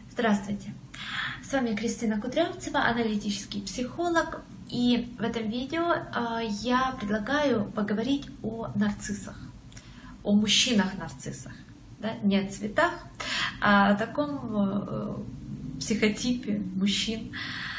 Здравствуйте! С вами Кристина Кудрявцева, аналитический психолог. И в этом видео я предлагаю поговорить о нарциссах, о мужчинах-нарциссах. Да? Не о цветах, а о таком психотипе мужчин.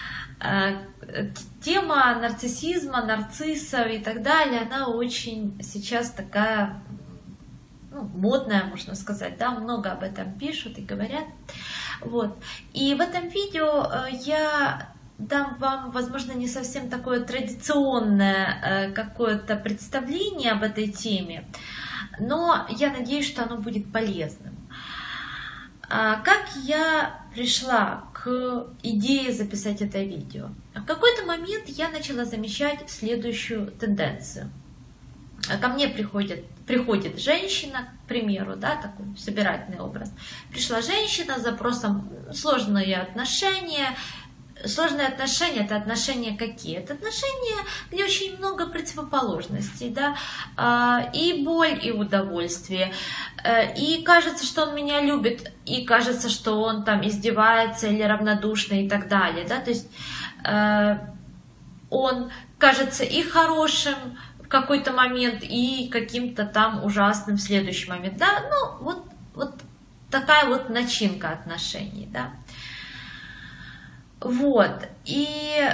Тема нарциссизма, нарциссов и так далее, она очень сейчас такая модная, можно сказать, да, много об этом пишут и говорят. Вот. И в этом видео я дам вам, возможно, не совсем такое традиционное какое-то представление об этой теме, но я надеюсь, что оно будет полезным. Как я пришла к идее записать это видео? В какой-то момент я начала замечать следующую тенденцию. Ко мне приходит женщина, к примеру, да, такой собирательный образ. Пришла женщина с запросом сложные отношения. Сложные отношения — это отношения какие? Это отношения, где очень много противоположностей, да, и боль, и удовольствие. И кажется, что он меня любит, и кажется, что он там издевается или равнодушный и так далее, да, то есть он кажется и хорошим в какой-то момент, и каким-то там ужасным в следующий момент, да, вот такая вот начинка отношений, да. Вот, и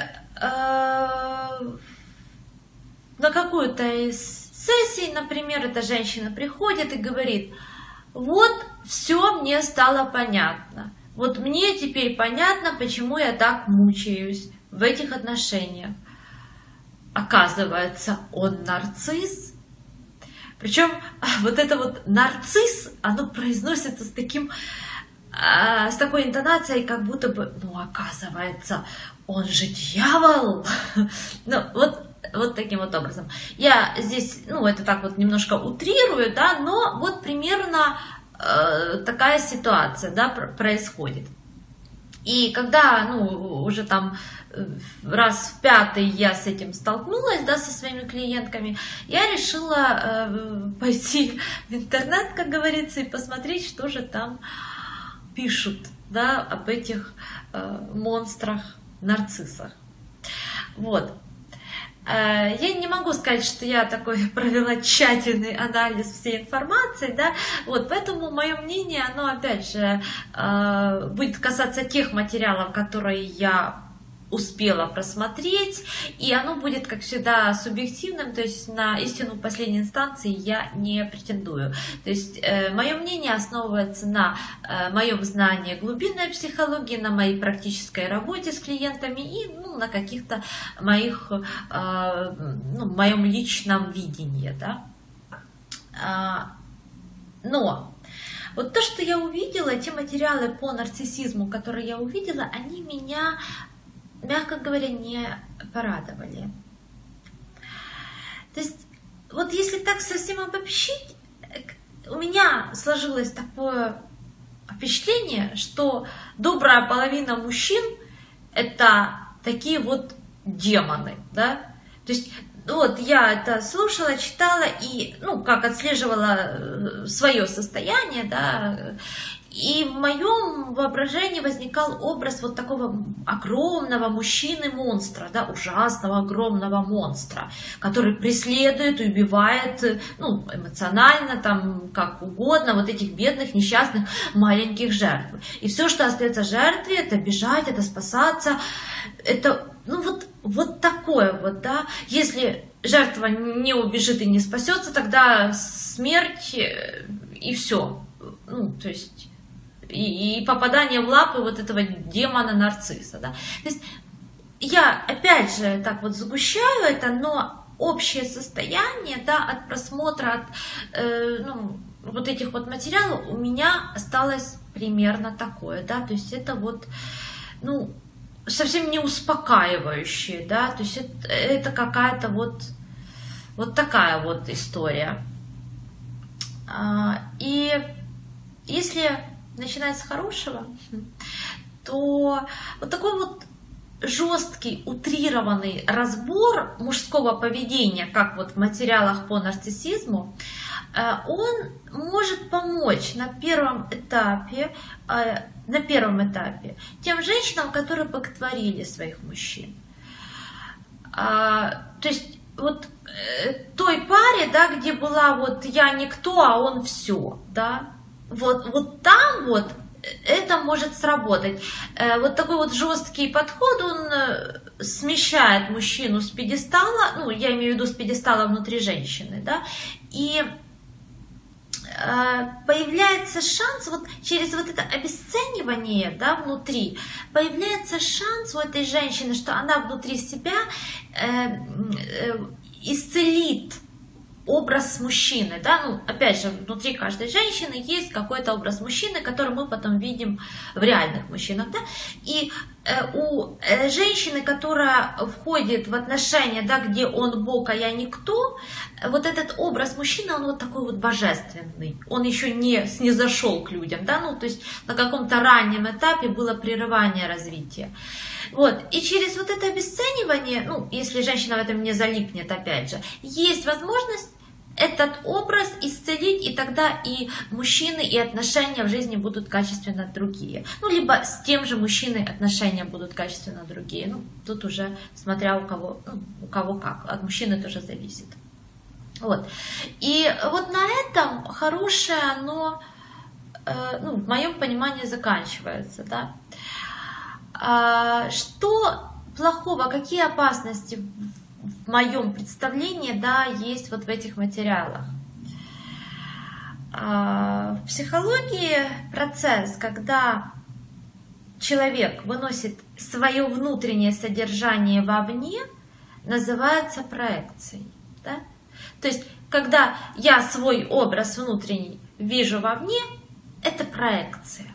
на какую-то из сессий, например, эта женщина приходит и говорит: вот все мне стало понятно, вот мне теперь понятно, почему я так мучаюсь в этих отношениях. Оказывается, он нарцисс. Причем вот это вот нарцисс, оно произносится с такой интонацией, как будто бы, оказывается, он же дьявол. Вот таким вот образом. Я здесь, это так вот немножко утрирую, да, но вот примерно такая ситуация, да, происходит. И когда, уже там раз в пятый я с этим столкнулась, да, со своими клиентками, я решила пойти в интернет, как говорится, и посмотреть, что же там пишут, да, об этих монстрах-нарциссах. Вот. Я не могу сказать, что я такой провела тщательный анализ всей информации, да, вот, поэтому мое мнение, оно, опять же, будет касаться тех материалов, которые я успела просмотреть, и оно будет, как всегда, субъективным, то есть на истину последней инстанции я не претендую. То есть мое мнение основывается на моем знании глубинной психологии, на моей практической работе с клиентами и на каких-то моем личном видении, да. Но вот то, что я увидела, те материалы по нарциссизму, которые я увидела, они меня, мягко говоря, не порадовали. То есть, вот если так совсем обобщить, у меня сложилось такое впечатление, что добрая половина мужчин — это такие вот демоны, да. То есть, вот я это слушала, читала и, как отслеживала свое состояние, да, и в моем воображении возникал образ вот такого огромного мужчины-монстра, да, ужасного огромного монстра, который преследует, убивает, эмоционально, там, как угодно, вот этих бедных, несчастных, маленьких жертв. И все, что остается жертве, это бежать, это спасаться, это, вот такое вот, да. Если жертва не убежит и не спасется, тогда смерть и все. То есть и попадание в лапы вот этого демона-нарцисса, да. То есть я, опять же, так вот сгущаю это, но общее состояние, да, от просмотра, вот этих вот материалов у меня осталось примерно такое, да, то есть это вот, совсем не успокаивающее, да, то есть это какая-то вот такая вот история. И если начинать с хорошего, то вот такой вот жесткий, утрированный разбор мужского поведения, как вот в материалах по нарциссизму, он может помочь на первом этапе тем женщинам, которые боготворили своих мужчин. То есть вот той паре, да, где была вот я никто, а он все, да, вот там вот это может сработать. Вот такой вот жесткий подход, он смещает мужчину с пьедестала, ну, я имею в виду с пьедестала внутри женщины, да, и появляется шанс, вот через вот это обесценивание, да, внутри, появляется шанс у этой женщины, что она внутри себя исцелит образ мужчины, да, ну, опять же, внутри каждой женщины есть какой-то образ мужчины, который мы потом видим в реальных мужчинах, да, и у женщины, которая входит в отношения, да, где он Бог, а я никто, вот этот образ мужчины, он вот такой вот божественный, он еще не снизошел к людям, да, ну, то есть на каком-то раннем этапе было прерывание развития. Вот, и через вот это обесценивание, ну, если женщина в этом не залипнет, опять же, есть возможность этот образ исцелить, и тогда и мужчины, и отношения в жизни будут качественно другие. Ну, либо с тем же мужчиной отношения будут качественно другие. Ну, тут уже смотря у кого, ну, у кого как, от мужчины тоже зависит. Вот. И вот на этом хорошее оно, ну, в моем понимании заканчивается, да. Что плохого, какие опасности в моем представлении, да, есть вот в этих материалах? В психологии процесс, когда человек выносит свое внутреннее содержание вовне, называется проекцией, да? То есть, когда я свой образ внутренний вижу вовне, это проекция.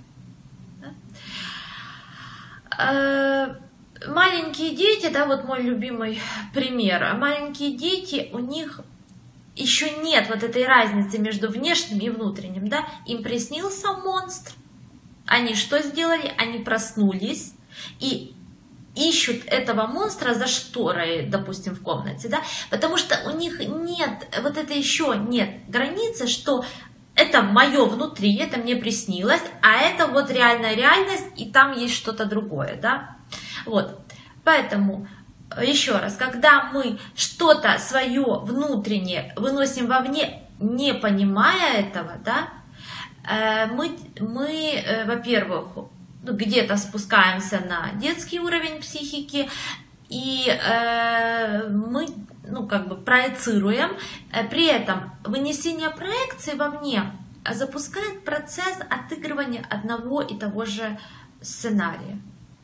Маленькие дети, да, вот мой любимый пример. Маленькие дети, у них еще нет вот этой разницы между внешним и внутренним, да. Им приснился монстр. Они что сделали? Они проснулись и ищут этого монстра за шторой, допустим, в комнате, да, потому что у них нет, вот это еще нет границы, что это мое внутри, это мне приснилось, а это вот реальная реальность, и там есть что-то другое, да. Вот, поэтому, еще раз, когда мы что-то свое внутреннее выносим вовне, не понимая этого, да, мы во-первых, ну, где-то спускаемся на детский уровень психики, и мы, ну, как бы проецируем. При этом вынесение проекции вовне запускает процесс отыгрывания одного и того же сценария.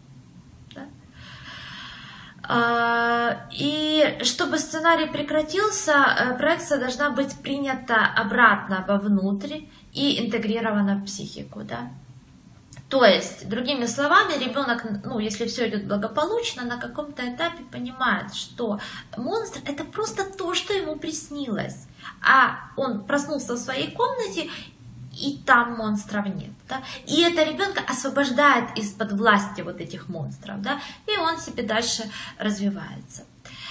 Да? И чтобы сценарий прекратился, проекция должна быть принята обратно вовнутрь и интегрирована в психику. Да? То есть, другими словами, ребенок, ну, если все идет благополучно, на каком-то этапе понимает, что монстр — это просто то, что ему приснилось. А он проснулся в своей комнате, и там монстров нет. Да? И это ребенка освобождает из-под власти вот этих монстров. Да? И он себе дальше развивается.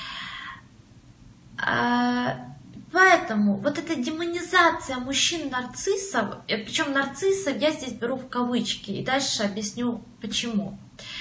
Поэтому вот эта демонизация мужчин-нарциссов, причем нарциссов я здесь беру в кавычки, и дальше объясню почему.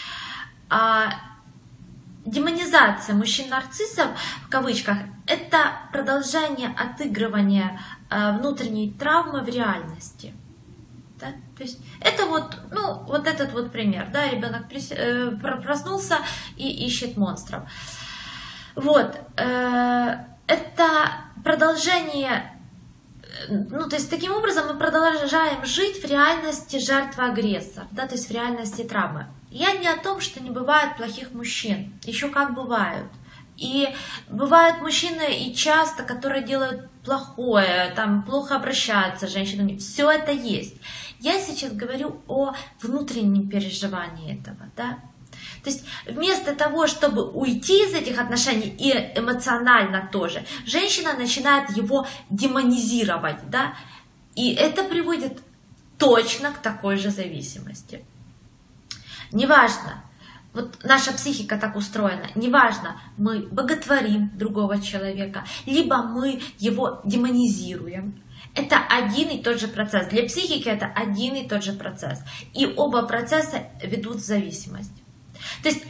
Демонизация мужчин-нарциссов, в кавычках, это продолжение отыгрывания внутренней травмы в реальности. Да? То есть это вот, ну, вот этот вот пример. Да? Ребенок проснулся и ищет монстров. Вот. Это продолжение, ну, то есть таким образом мы продолжаем жить в реальности жертвы-агрессор, да, то есть в реальности травмы. Я не о том, что не бывает плохих мужчин, еще как бывают. И бывают мужчины и часто, которые делают плохое, там плохо обращаются с женщинами, все это есть. Я сейчас говорю о внутреннем переживании этого, да. То есть вместо того, чтобы уйти из этих отношений и эмоционально тоже, женщина начинает его демонизировать, да, и это приводит точно к такой же зависимости. Неважно, вот наша психика так устроена. Неважно, мы боготворим другого человека, либо мы его демонизируем. Это один и тот же процесс. Для психики это один и тот же процесс. И оба процесса ведут в зависимость. То есть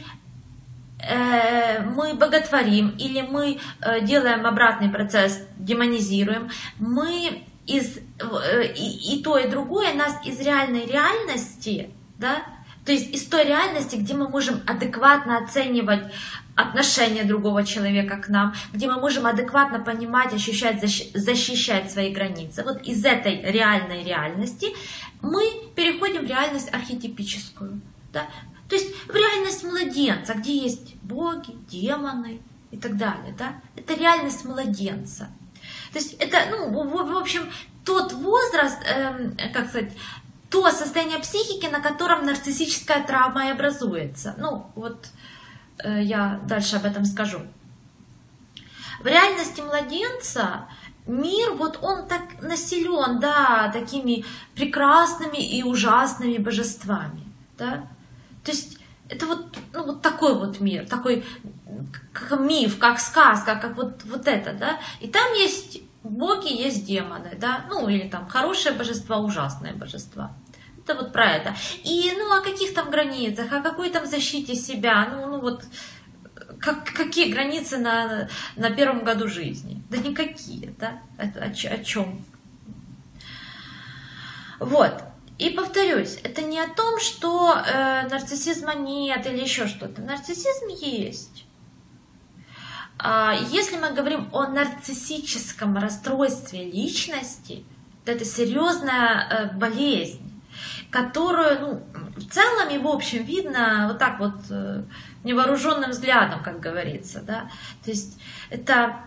мы боготворим или мы делаем обратный процесс, демонизируем. Мы и то, и другое нас из реальной реальности, да, то есть из той реальности, где мы можем адекватно оценивать отношение другого человека к нам, где мы можем адекватно понимать, ощущать, защищать свои границы. Вот из этой реальной реальности мы переходим в реальность архетипическую. Да? То есть в реальность младенца, где есть боги, демоны и так далее. Да? Это реальность младенца. То есть это, в общем, тот возраст, как сказать, то состояние психики, на котором нарциссическая травма и образуется. Я дальше об этом скажу. В реальности младенца мир, он так населен, да, такими прекрасными и ужасными божествами. Да? То есть это такой вот мир, такой как миф, как сказка, как вот это, да. И там есть боги, есть демоны, да, или там хорошие божества, ужасные божества. Это вот про это. И, о каких там границах, о какой там защите себя, какие границы на первом году жизни? Да никакие, да, это о чем? Вот. И повторюсь, это не о том, что нарциссизма нет или еще что-то. Нарциссизм есть. Если мы говорим о нарциссическом расстройстве личности, то это серьезная болезнь, которую в целом и в общем видно вот так вот невооруженным взглядом, как говорится. Да? То есть это,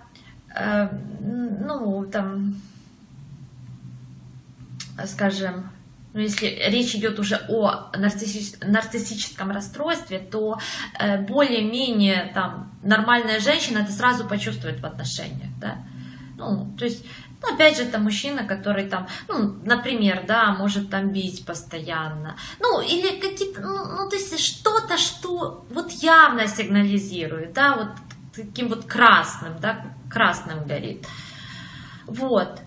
скажем, если речь идет уже о нарциссическом расстройстве, то более-менее нормальная женщина это сразу почувствует в отношениях. Да? То есть, опять же, это мужчина, который например, да, может бить постоянно. Или какие-то, то есть что-то, что явно сигнализирует, да, вот таким вот красным, да, красным горит. Вот.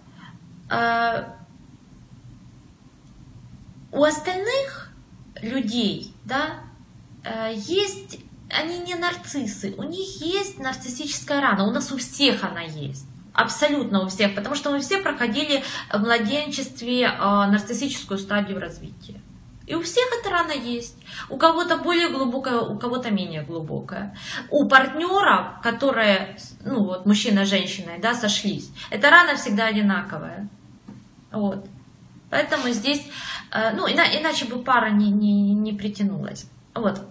У остальных людей, да, есть, они не нарциссы, у них есть нарциссическая рана, у нас у всех она есть, абсолютно у всех, потому что мы все проходили в младенчестве нарциссическую стадию развития. И у всех эта рана есть, у кого-то более глубокая, у кого-то менее глубокая. У партнеров, которые, мужчина и женщина, да, сошлись, эта рана всегда одинаковая. Вот. Поэтому здесь, иначе бы пара не притянулась. Вот.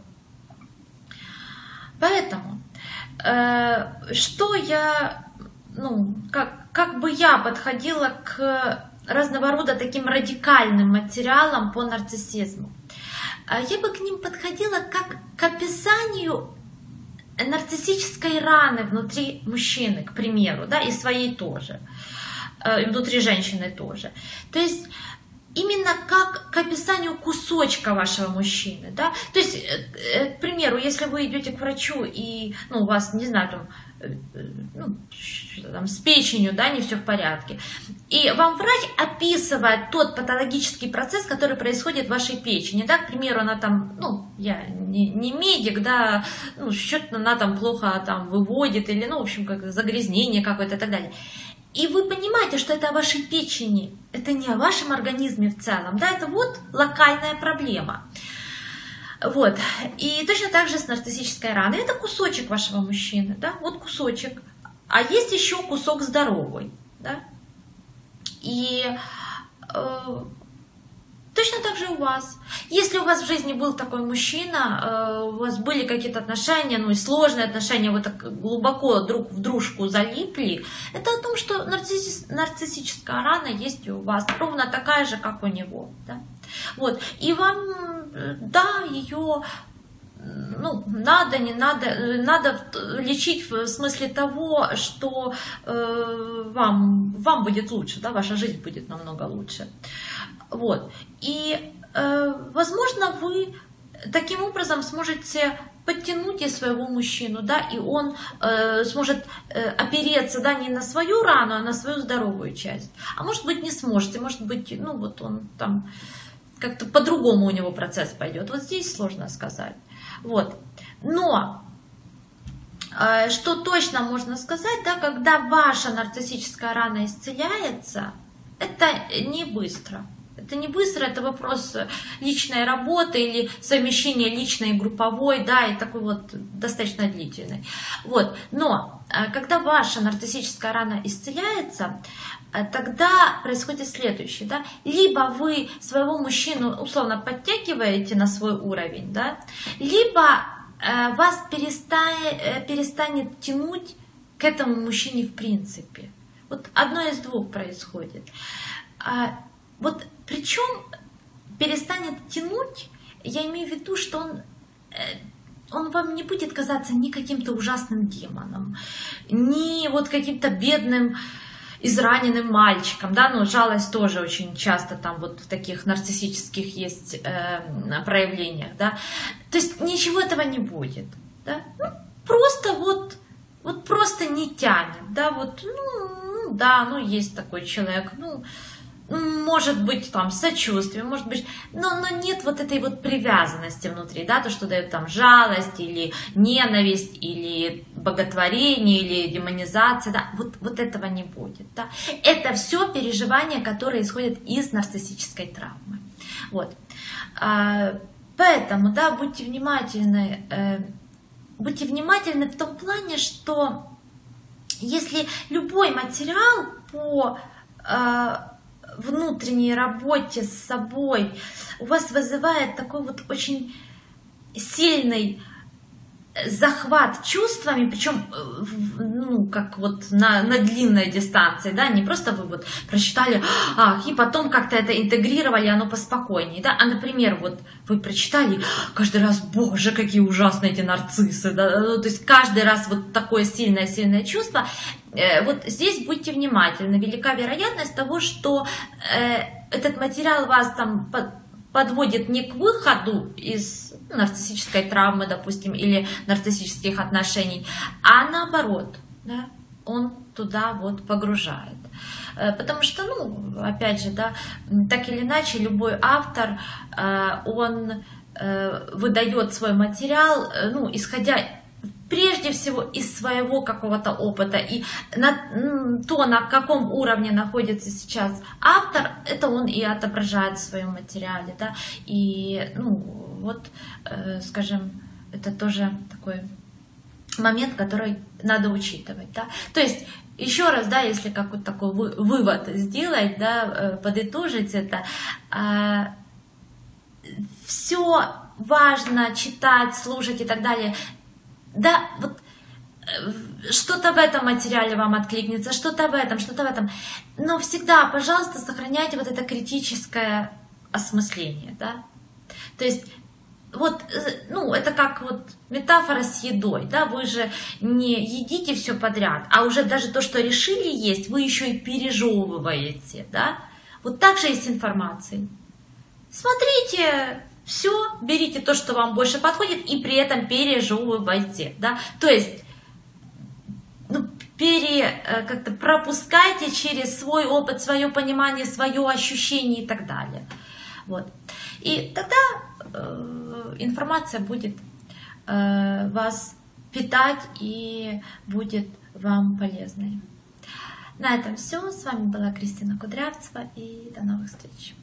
Поэтому, что я, как бы я подходила к разного рода таким радикальным материалам по нарциссизму. Я бы к ним подходила как к описанию нарциссической раны внутри мужчины, к примеру, да, и своей тоже, и внутри женщины тоже. То есть именно как к описанию кусочка вашего мужчины, да. То есть, к примеру, если вы идете к врачу и, у вас, не знаю, с печенью, да, не все в порядке, и вам врач описывает тот патологический процесс, который происходит в вашей печени, да, к примеру, она я не медик, да, что-то она плохо выводит, или, в общем, как загрязнение какое-то и так далее. И вы понимаете, что это о вашей печени, это не о вашем организме в целом, да, это локальная проблема. Вот. И точно так же с нарциссической раной. Это кусочек вашего мужчины, да, вот кусочек. А есть еще кусок здоровый, да. И точно так же у вас. Если у вас в жизни был такой мужчина, у вас были какие-то отношения, и сложные отношения, вы так глубоко друг в дружку залипли, это о том, что нарциссическая рана есть и у вас, ровно такая же, как у него. Да? Вот. И вам, да, ее надо, не надо, надо лечить в смысле того, что вам будет лучше, да, ваша жизнь будет намного лучше. Вот. И, возможно, вы таким образом сможете подтянуть и своего мужчину, да, и он сможет опереться, да, не на свою рану, а на свою здоровую часть. А может быть, не сможете, может быть, ну вот он там как-то по-другому у него процесс пойдет. Вот здесь сложно сказать. Вот. Но что точно можно сказать, да, когда ваша нарциссическая рана исцеляется, это не быстро. Это не быстро, это вопрос личной работы или совмещения личной и групповой, да, и такой вот достаточно длительный. Вот. Но когда ваша нарциссическая рана исцеляется, тогда происходит следующее, да, либо вы своего мужчину условно подтягиваете на свой уровень, да, либо вас перестанет тянуть к этому мужчине в принципе. Вот одно из двух происходит. Вот причем перестанет тянуть, я имею в виду, что он вам не будет казаться ни каким-то ужасным демоном, ни вот каким-то бедным, израненным мальчиком, да, но жалость тоже очень часто там вот в таких нарциссических есть проявлениях, да, то есть ничего этого не будет, да, ну, просто вот просто не тянет, да, вот, ну, да, ну, есть такой человек, ну, может быть там сочувствие, может быть, но нет вот этой вот привязанности внутри, да, то, что дает там жалость или ненависть, или боготворение, или демонизация, да, вот этого не будет, да. Это все переживания, которые исходят из нарциссической травмы. Вот. Поэтому, да, будьте внимательны в том плане, что если любой материал по внутренней работе с собой у вас вызывает такой вот очень сильный захват чувствами, причем, ну, как вот на длинной дистанции, да, не просто вы вот прочитали, и потом как-то это интегрировали, оно поспокойнее, да, а, например, вот вы прочитали, каждый раз, боже, какие ужасные эти нарциссы, да, ну, то есть каждый раз вот такое сильное чувство, вот здесь будьте внимательны, велика вероятность того, что этот материал вас там подводит не к выходу из нарциссической травмы, допустим, или нарциссических отношений, а наоборот, да, он туда вот погружает. Потому что, ну, опять же, да, так или иначе, любой автор, он выдает свой материал, ну, исходя прежде всего из своего какого-то опыта, и на каком уровне находится сейчас автор, это он и отображает в своем материале, да, и, ну, вот, скажем, это тоже такой момент, который надо учитывать, да, то есть, еще раз, да, если какой-то такой вывод сделать, да, подытожить это, все важно читать, слушать и так далее. Да, вот что-то в этом материале вам откликнется, что-то в этом. Но всегда, пожалуйста, сохраняйте вот это критическое осмысление, да. То есть, вот, ну, это как вот метафора с едой, да, вы же не едите все подряд, а уже даже то, что решили есть, вы еще и пережевываете, да. Вот так же и с информацией. Смотрите, все, берите то, что вам больше подходит, и при этом пережевывайте, да, то есть, ну, как-то пропускайте через свой опыт, свое понимание, свое ощущение и так далее, вот, и тогда информация будет вас питать и будет вам полезной. На этом все, с вами была Кристина Кудрявцева, и до новых встреч.